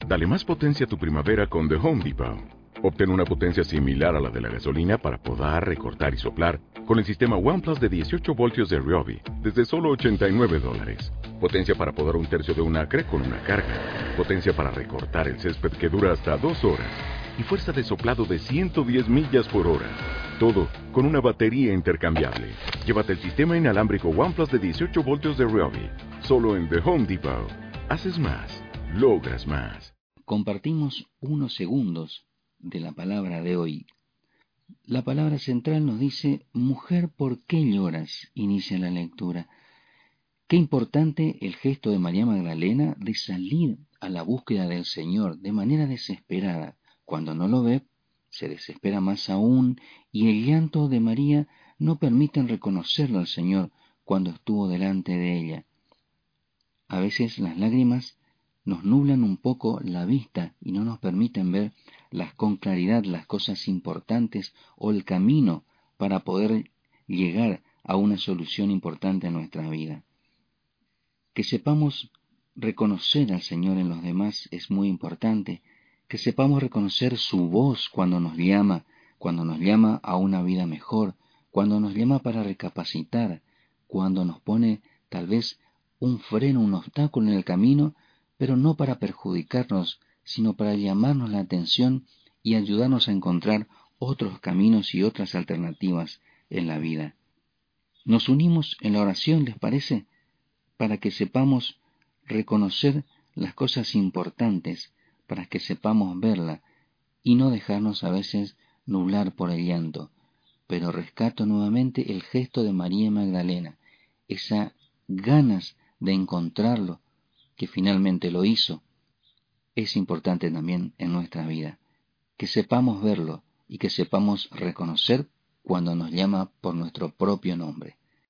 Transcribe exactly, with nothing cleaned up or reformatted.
Dale más potencia a tu primavera con The Home Depot. Obtén una potencia similar a la de la gasolina para podar, recortar y soplar con el sistema OnePlus de dieciocho voltios de Ryobi desde solo ochenta y nueve dólares. Potencia para podar un tercio de un acre con una carga. Potencia para recortar el césped que dura hasta dos horas. Y fuerza de soplado de ciento diez millas por hora. Todo con una batería intercambiable. Llévate el sistema inalámbrico OnePlus de dieciocho voltios de Ryobi. Solo en The Home Depot. Haces más. Logras más. Compartimos unos segundos de la palabra de hoy. La palabra central nos dice: mujer, ¿por qué lloras? Inicia la lectura. Qué importante el gesto de María Magdalena de salir a la búsqueda del Señor de manera desesperada. Cuando no lo ve, se desespera más aún, y el llanto de María no permite reconocerlo al Señor cuando estuvo delante de ella. A veces las lágrimas nos nublan un poco la vista y no nos permiten ver las, con claridad las cosas importantes o el camino para poder llegar a una solución importante en nuestra vida. Que sepamos reconocer al Señor en los demás es muy importante, que sepamos reconocer su voz cuando nos llama, cuando nos llama a una vida mejor, cuando nos llama para recapacitar, cuando nos pone tal vez un freno, un obstáculo en el camino, pero no para perjudicarnos, sino para llamarnos la atención y ayudarnos a encontrar otros caminos y otras alternativas en la vida. Nos unimos en la oración, ¿les parece? Para que sepamos reconocer las cosas importantes, para que sepamos verla y no dejarnos a veces nublar por el llanto. Pero rescato nuevamente el gesto de María Magdalena, esas ganas de encontrarlo, que finalmente lo hizo. Es importante también en nuestra vida, que sepamos verlo y que sepamos reconocer cuando nos llama por nuestro propio nombre.